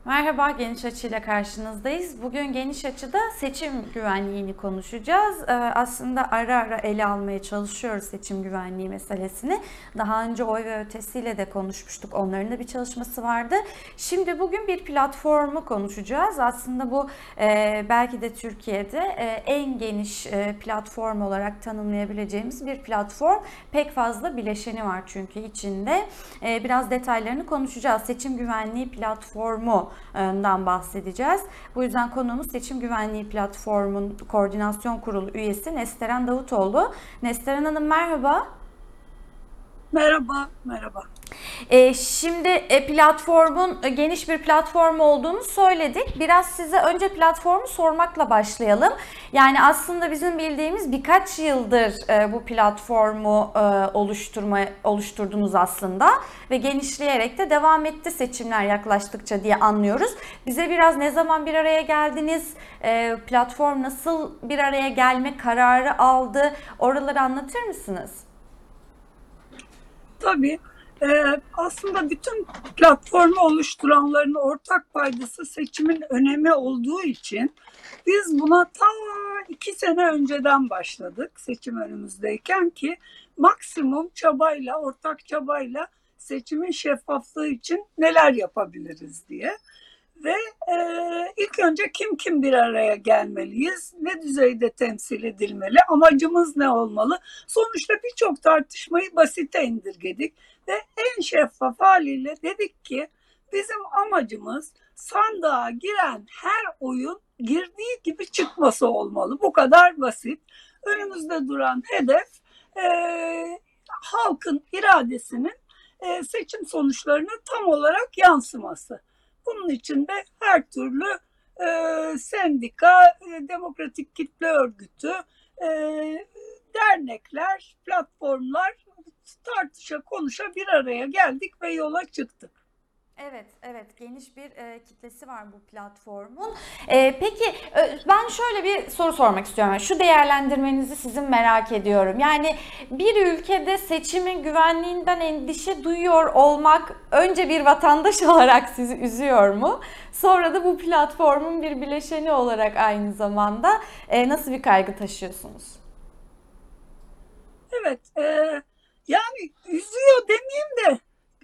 Merhaba, Geniş Açı ile karşınızdayız. Bugün Geniş Açı'da seçim güvenliğini konuşacağız. Aslında ara ara ele almaya çalışıyoruz seçim güvenliği meselesini. Daha önce oy ve ötesiyle de konuşmuştuk. Onların da bir çalışması vardı. Şimdi bugün bir platformu konuşacağız. Aslında bu belki de Türkiye'de en geniş platform olarak tanımlayabileceğimiz bir platform. Pek fazla bileşeni var çünkü içinde. Biraz detaylarını konuşacağız. Seçim güvenliği platformu bahsedeceğiz. Bu yüzden konuğumuz Seçim Güvenliği Platformu'nun Koordinasyon Kurulu üyesi Nesteren Davutoğlu. Nesteren Hanım merhaba. Merhaba, merhaba. Şimdi platformun geniş bir platform olduğunu söyledik. Biraz size önce platformu sormakla başlayalım. Yani aslında bizim bildiğimiz birkaç yıldır bu platformu oluşturdunuz aslında ve genişleyerek de devam etti seçimler yaklaştıkça diye anlıyoruz. Bize biraz ne zaman bir araya geldiniz, platform nasıl bir araya gelme kararı aldı, oraları anlatır mısınız? Tabii aslında bütün platformu oluşturanların ortak paydası seçimin önemi olduğu için biz buna ta 2 sene önceden başladık seçim önümüzdeyken ki maksimum çabayla, ortak çabayla seçimin şeffaflığı için neler yapabiliriz diye. Ve ilk önce kim bir araya gelmeliyiz, ne düzeyde temsil edilmeli, amacımız ne olmalı? Sonuçta birçok tartışmayı basite indirgedik ve en şeffaf haliyle dedik ki bizim amacımız sandığa giren her oyun girdiği gibi çıkması olmalı. Bu kadar basit. Önümüzde duran hedef e, halkın iradesinin seçim sonuçlarına tam olarak yansıması. Bunun için de her türlü sendika, demokratik kitle örgütü, e, dernekler, platformlar tartışa konuşa bir araya geldik ve yola çıktık. Evet, evet geniş bir kitlesi var bu platformun. Peki ben şöyle bir soru sormak istiyorum. Şu değerlendirmenizi sizin merak ediyorum. Yani bir ülkede seçimin güvenliğinden endişe duyuyor olmak önce bir vatandaş olarak sizi üzüyor mu? Sonra da bu platformun bir bileşeni olarak aynı zamanda nasıl bir kaygı taşıyorsunuz? Evet, yani üzüyor demeyeyim de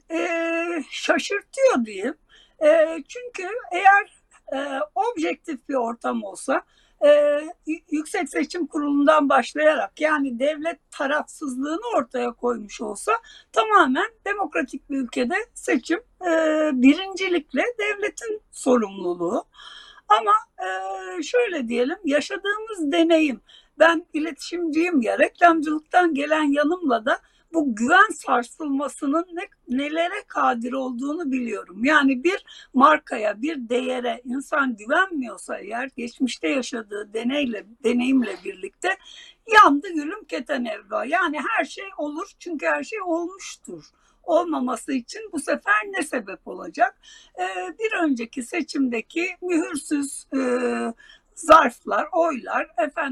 şaşırtıyor diyeyim. Çünkü eğer objektif bir ortam olsa Yüksek Seçim Kurulu'ndan başlayarak yani devlet tarafsızlığını ortaya koymuş olsa tamamen demokratik bir ülkede seçim birincilikle devletin sorumluluğu. Ama şöyle diyelim yaşadığımız deneyim ben iletişimciyim ya reklamcılıktan gelen yanımla da bu güven sarsılmasının nelere kadir olduğunu biliyorum. Yani bir markaya, bir değere insan güvenmiyorsa eğer geçmişte yaşadığı deneyimle birlikte yandı gülüm keten evva. Yani her şey olur çünkü her şey olmuştur. Olmaması için bu sefer ne sebep olacak? Bir önceki seçimdeki mühürsüz zarflar, oylar,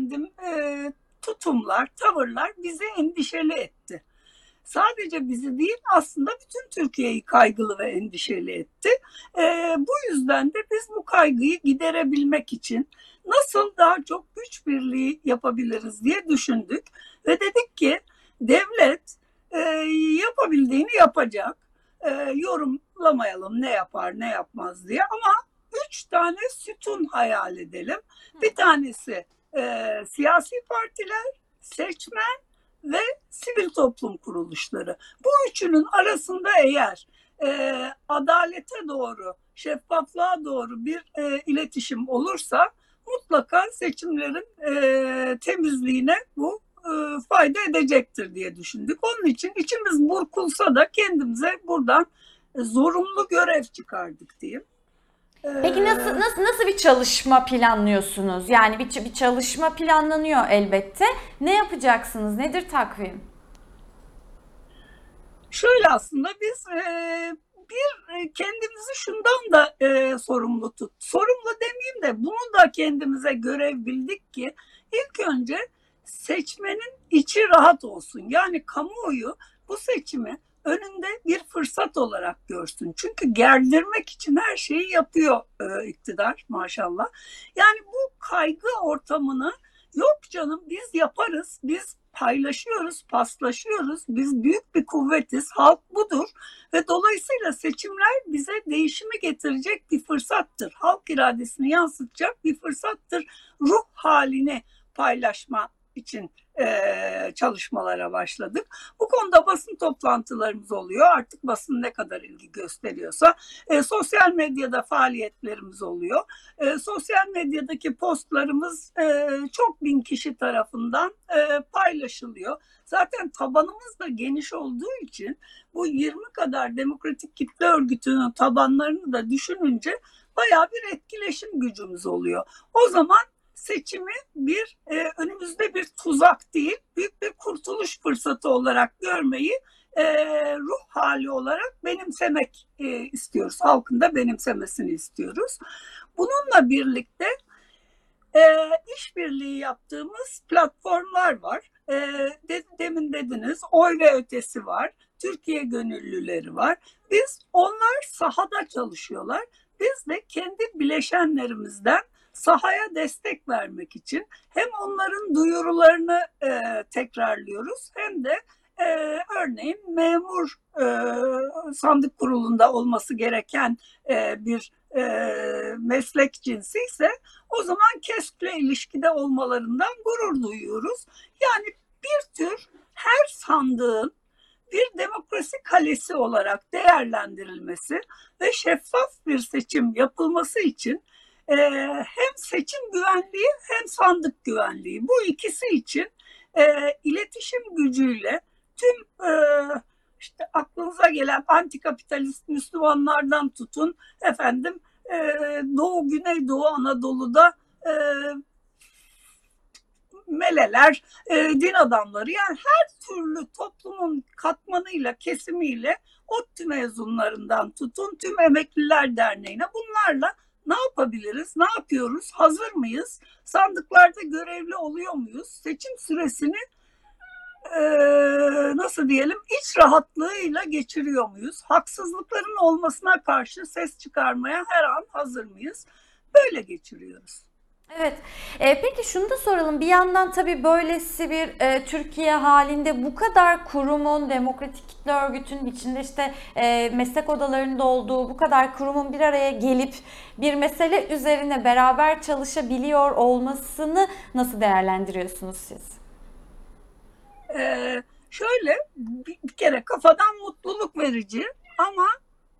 tutumlar, tavırlar bizi endişeli etti. Sadece bizi değil aslında bütün Türkiye'yi kaygılı ve endişeli etti. Bu yüzden de biz bu kaygıyı giderebilmek için nasıl daha çok güç birliği yapabiliriz diye düşündük. Ve dedik ki devlet e, yapabildiğini yapacak. Yorumlamayalım ne yapar ne yapmaz diye ama 3 tane sütun hayal edelim. Bir tanesi siyasi partiler, seçmen ve sivil toplum kuruluşları. Bu üçünün arasında eğer adalete doğru, şeffaflığa doğru bir iletişim olursa mutlaka seçimlerin temizliğine bu fayda edecektir diye düşündük. Onun için içimiz burkulsa da kendimize buradan zorunlu görev çıkardık diyeyim. E, Peki nasıl bir çalışma planlıyorsunuz? Yani bir çalışma planlanıyor elbette. Ne yapacaksınız? Nedir takvim? Şöyle aslında biz kendimizi şundan da sorumlu demeyeyim de bunu da kendimize görev bildik ki ilk önce seçmenin içi rahat olsun. Yani kamuoyu bu seçimi önünde bir fırsat olarak görsün. Çünkü gerdirmek için her şeyi yapıyor iktidar maşallah. Yani bu kaygı ortamını yok canım biz yaparız, biz paylaşıyoruz, paslaşıyoruz, biz büyük bir kuvvetiz, halk budur ve dolayısıyla seçimler bize değişimi getirecek bir fırsattır. Halk iradesini yansıtacak bir fırsattır. Ruh halini paylaşma için çalışmalara başladık. Bu konuda basın toplantılarımız oluyor. Artık basın ne kadar ilgi gösteriyorsa. Sosyal medyada faaliyetlerimiz oluyor. Sosyal medyadaki postlarımız çok bin kişi tarafından paylaşılıyor. Zaten tabanımız da geniş olduğu için bu 20 kadar demokratik kitle örgütünün tabanlarını da düşününce bayağı bir etkileşim gücümüz oluyor. O zaman seçimi önümüzde bir tuzak değil, büyük bir kurtuluş fırsatı olarak görmeyi ruh hali olarak benimsemek istiyoruz. Halkın da benimsemesini istiyoruz. Bununla birlikte işbirliği yaptığımız platformlar var. Demin dediniz, Oy ve Ötesi var, Türkiye Gönüllüleri var. Onlar sahada çalışıyorlar. Biz de kendi bileşenlerimizden sahaya destek vermek için hem onların duyurularını tekrarlıyoruz hem de örneğin memur sandık kurulunda olması gereken bir meslek cinsi ise o zaman KESK'le ilişkide olmalarından gurur duyuyoruz. Yani bir tür her sandığın bir demokrasi kalesi olarak değerlendirilmesi ve şeffaf bir seçim yapılması için hem seçim güvenliği hem sandık güvenliği bu ikisi için iletişim gücüyle tüm işte aklınıza gelen antikapitalist Müslümanlardan tutun efendim Doğu Güneydoğu Anadolu'da meleler, din adamları yani her türlü toplumun katmanıyla, kesimiyle ODTÜ mezunlarından tutun tüm Emekliler Derneği'ne bunlarla ne yapabiliriz, ne yapıyoruz, hazır mıyız, sandıklarda görevli oluyor muyuz, seçim süresini nasıl diyelim iç rahatlığıyla geçiriyor muyuz, haksızlıkların olmasına karşı ses çıkarmaya her an hazır mıyız, böyle geçiriyoruz. Evet. Peki şunu da soralım. Bir yandan tabii böylesi bir Türkiye halinde bu kadar kurumun, demokratik kitle örgütünün içinde işte meslek odalarında olduğu bu kadar kurumun bir araya gelip bir mesele üzerine beraber çalışabiliyor olmasını nasıl değerlendiriyorsunuz siz? Şöyle bir kere kafadan mutluluk verici ama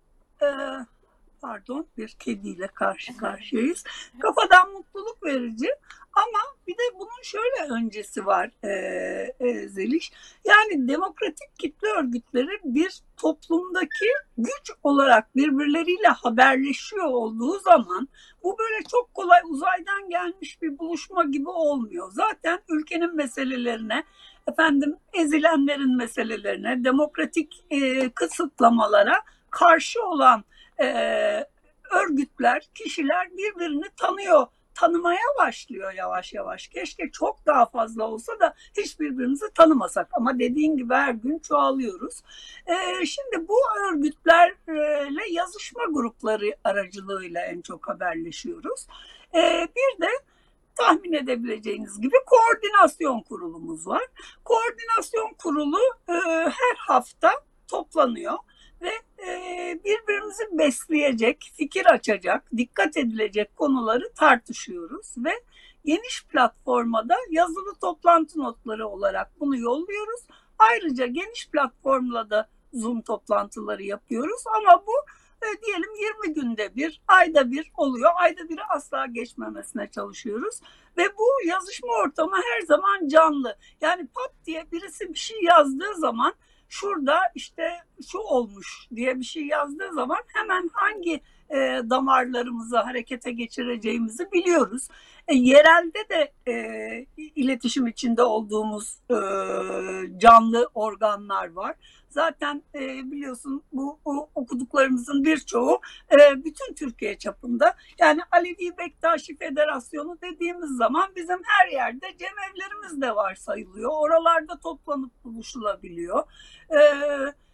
pardon bir kediyle karşı karşıyayız. Kafadan mutluluk verici ama bir de bunun şöyle öncesi var Zeliş. Yani demokratik kitle örgütleri bir toplumdaki güç olarak birbirleriyle haberleşiyor olduğu zaman bu böyle çok kolay uzaydan gelmiş bir buluşma gibi olmuyor. Zaten ülkenin meselelerine ezilenlerin meselelerine, demokratik kısıtlamalara karşı olan örgütler, kişiler birbirini tanımaya başlıyor yavaş yavaş. Keşke çok daha fazla olsa da hiç birbirimizi tanımasak ama dediğin gibi her gün çoğalıyoruz. Şimdi bu örgütlerle yazışma grupları aracılığıyla en çok haberleşiyoruz. Bir de tahmin edebileceğiniz gibi koordinasyon kurulumuz var. Koordinasyon kurulu her hafta toplanıyor ve birbirimizi besleyecek, fikir açacak, dikkat edilecek konuları tartışıyoruz ve geniş platforma da yazılı toplantı notları olarak bunu yolluyoruz. Ayrıca geniş platformla da Zoom toplantıları yapıyoruz ama bu diyelim 20 günde bir, ayda bir oluyor. Ayda biri asla geçmemesine çalışıyoruz. Ve bu yazışma ortamı her zaman canlı. Yani pat diye birisi bir şey yazdığı zaman şurada işte şu olmuş diye bir şey yazdığı zaman hemen hangi damarlarımızı harekete geçireceğimizi biliyoruz. Yerelde de iletişim içinde olduğumuz canlı organlar var. Zaten biliyorsun bu okuduklarımızın birçoğu bütün Türkiye çapında. Yani Alevi Bektaşi Federasyonu dediğimiz zaman bizim her yerde cemevlerimiz de var sayılıyor. Oralarda toplanıp buluşulabiliyor.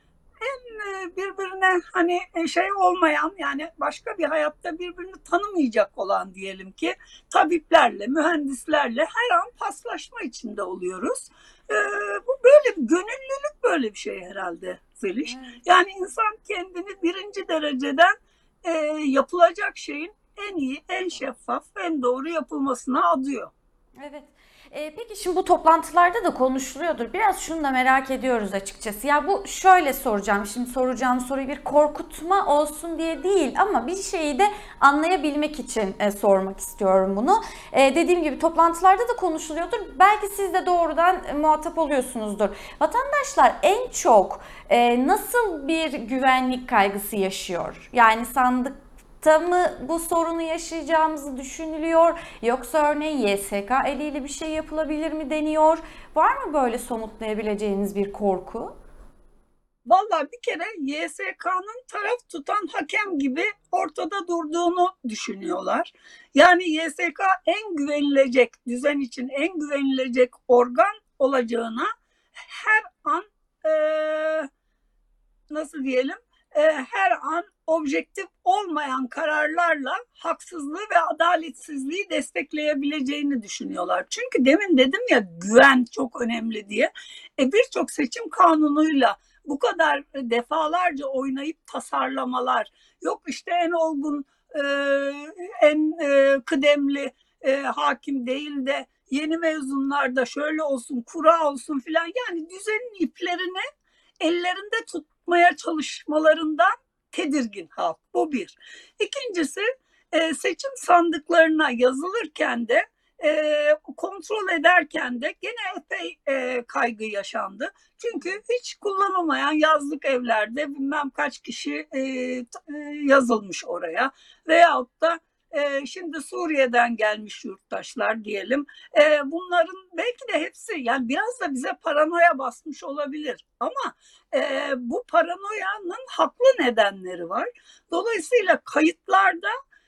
birbirine hani şey olmayan, yani başka bir hayatta birbirini tanımayacak olan diyelim ki tabiplerle, mühendislerle her an paslaşma içinde oluyoruz. Bu böyle bir gönüllülük, böyle bir şey herhalde Zeliş. Evet. Yani insan kendini birinci dereceden yapılacak şeyin en iyi, en şeffaf, en doğru yapılmasına adıyor. Evet. Peki şimdi bu toplantılarda da konuşuluyordur. Biraz şunu da merak ediyoruz açıkçası. Ya bu şöyle soracağım. Şimdi soracağım soruyu bir korkutma olsun diye değil ama bir şeyi de anlayabilmek için sormak istiyorum bunu. Dediğim gibi toplantılarda da konuşuluyordur. Belki siz de doğrudan muhatap oluyorsunuzdur. Vatandaşlar en çok nasıl bir güvenlik kaygısı yaşıyor? Yani sandıkta mı bu sorunu yaşayacağımızı düşünülüyor? Yoksa örneğin YSK eliyle bir şey yapılabilir mi deniyor? Var mı böyle somutlayabileceğiniz bir korku? Vallahi bir kere YSK'nın taraf tutan hakem gibi ortada durduğunu düşünüyorlar. Yani YSK en güvenilecek, düzen için en güvenilecek organ olacağına her an nasıl diyelim, her an objektif olmayan kararlarla haksızlığı ve adaletsizliği destekleyebileceğini düşünüyorlar. Çünkü demin dedim ya, güven çok önemli diye. Birçok seçim kanunuyla bu kadar defalarca oynayıp tasarlamalar, yok işte en olgun, en kıdemli hakim değil de yeni mezunlarda şöyle olsun, kura olsun filan, yani düzenin iplerini ellerinde tutmaya çalışmalarından tedirgin halk. Bu bir. İkincisi, seçim sandıklarına yazılırken de kontrol ederken de gene epey kaygı yaşandı. Çünkü hiç kullanılmayan yazlık evlerde bilmem kaç kişi yazılmış oraya. Veyahut da şimdi Suriye'den gelmiş yurttaşlar diyelim. Bunların belki de hepsi, yani biraz da bize paranoya basmış olabilir. Ama bu paranoyanın haklı nedenleri var. Dolayısıyla kayıtlarda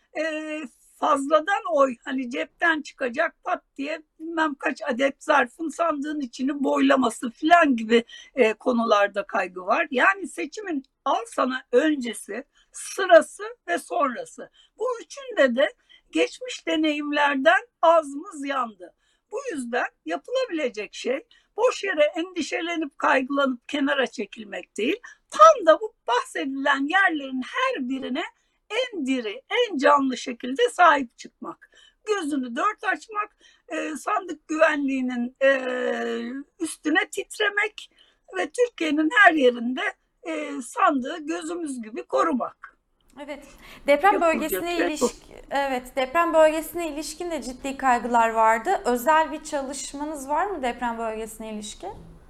fazladan oy, hani cepten çıkacak pat diye bilmem kaç adet zarfın sandığın içini boylaması filan gibi konularda kaygı var. Yani seçimin al sana öncesi, sırası ve sonrası. Bu üçünde de geçmiş deneyimlerden ağzımız yandı. Bu yüzden yapılabilecek şey boş yere endişelenip kaygılanıp kenara çekilmek değil. Tam da bu bahsedilen yerlerin her birine en diri, en canlı şekilde sahip çıkmak. Gözünü dört açmak, sandık güvenliğinin üstüne titremek ve Türkiye'nin her yerinde sandığı gözümüz gibi korumak. Evet. Deprem Yapılacak bölgesine şey bu. deprem bölgesine ilişkin de ciddi kaygılar vardı. Özel bir çalışmanız var mı deprem bölgesine ilişkin?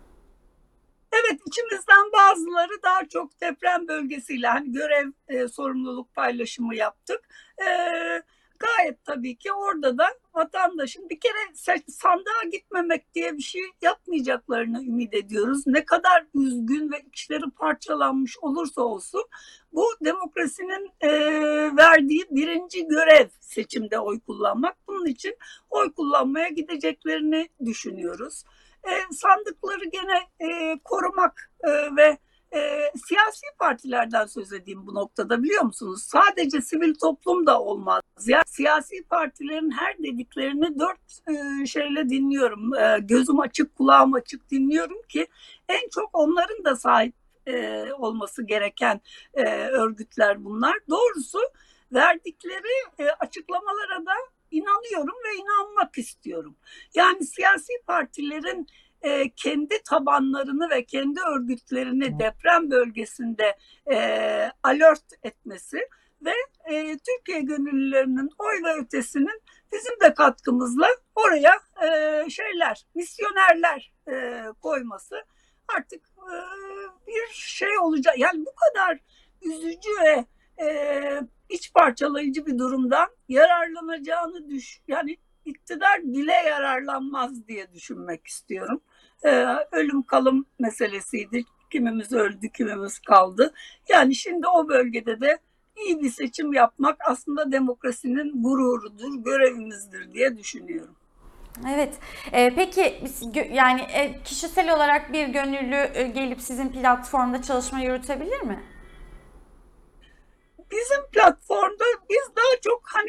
Evet, içimizden bazıları daha çok deprem bölgesiyle hani görev, sorumluluk paylaşımı yaptık. E, Gayet tabii ki orada da vatandaşın bir kere sandığa gitmemek diye bir şey yapmayacaklarını ümit ediyoruz. Ne kadar üzgün ve içleri parçalanmış olursa olsun, bu demokrasinin verdiği birinci görev seçimde oy kullanmak. Bunun için oy kullanmaya gideceklerini düşünüyoruz. Sandıkları gene korumak ve siyasi partilerden söz edeyim bu noktada, biliyor musunuz? Sadece sivil toplum da olmaz. Yani siyasi partilerin her dediklerini dört şeyle dinliyorum. Gözüm açık, kulağım açık dinliyorum ki en çok onların da sahip olması gereken örgütler bunlar. Doğrusu verdikleri açıklamalara da inanıyorum ve inanmak istiyorum. Yani siyasi partilerin kendi tabanlarını ve kendi örgütlerini deprem bölgesinde alert etmesi ve Türkiye gönüllülerinin oy ve ötesinin bizim de katkımızla oraya misyonerler koyması artık bir şey olacak. Yani bu kadar üzücü ve iç parçalayıcı bir durumdan yararlanacağını yani iktidar bile yararlanmaz diye düşünmek istiyorum. Ölüm kalım meselesiydi. Kimimiz öldü, kimimiz kaldı. Yani şimdi o bölgede de iyi bir seçim yapmak aslında demokrasinin gururudur, görevimizdir diye düşünüyorum. Evet. Peki yani kişisel olarak bir gönüllü gelip sizin platformda çalışma yürütebilir mi? Bizim platformda biz daha çok hani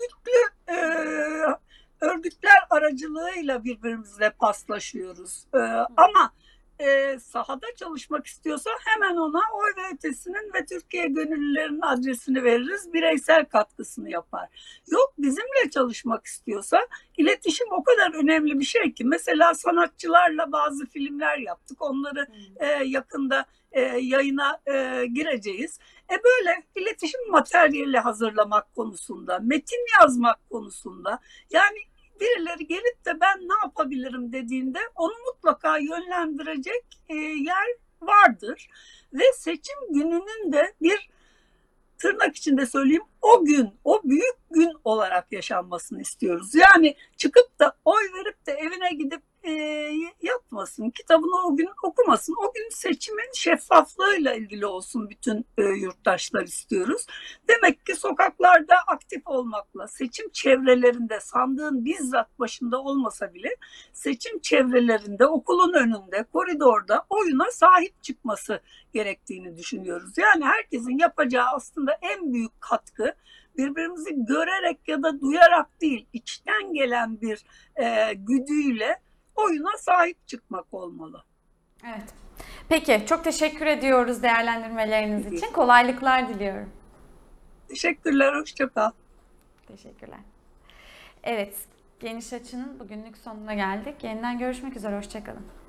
örgütler aracılığıyla birbirimizle paslaşıyoruz. Ama sahada çalışmak istiyorsa hemen ona oy ve ötesinin ve Türkiye gönüllülerinin adresini veririz. Bireysel katkısını yapar. Yok, bizimle çalışmak istiyorsa iletişim o kadar önemli bir şey ki. Mesela sanatçılarla bazı filmler yaptık. Onları yakında yayına gireceğiz. Böyle iletişim materyali hazırlamak konusunda, metin yazmak konusunda, yani birileri gelip de ben ne yapabilirim dediğinde onu mutlaka yönlendirecek yer vardır. Ve seçim gününün de bir, tırnak içinde söyleyeyim, o gün, o büyük gün olarak yaşanmasını istiyoruz. Yani çıkıp da oy verip de evine gidip yatmasın, kitabını o gün okumasın. O gün seçimin şeffaflığıyla ilgili olsun bütün yurttaşlar istiyoruz. Demek ki sokaklarda aktif olmakla, seçim çevrelerinde, sandığın bizzat başında olmasa bile seçim çevrelerinde, okulun önünde, koridorda oyuna sahip çıkması gerektiğini düşünüyoruz. Yani herkesin yapacağı aslında en büyük katkı, birbirimizi görerek ya da duyarak değil, içten gelen bir güdüyle oyuna sahip çıkmak olmalı. Evet. Peki, çok teşekkür ediyoruz değerlendirmeleriniz için. Kolaylıklar diliyorum. Teşekkürler, hoşça kal. Teşekkürler. Evet, Geniş Açı'nın bugünlük sonuna geldik. Yeniden görüşmek üzere, hoşça kalın.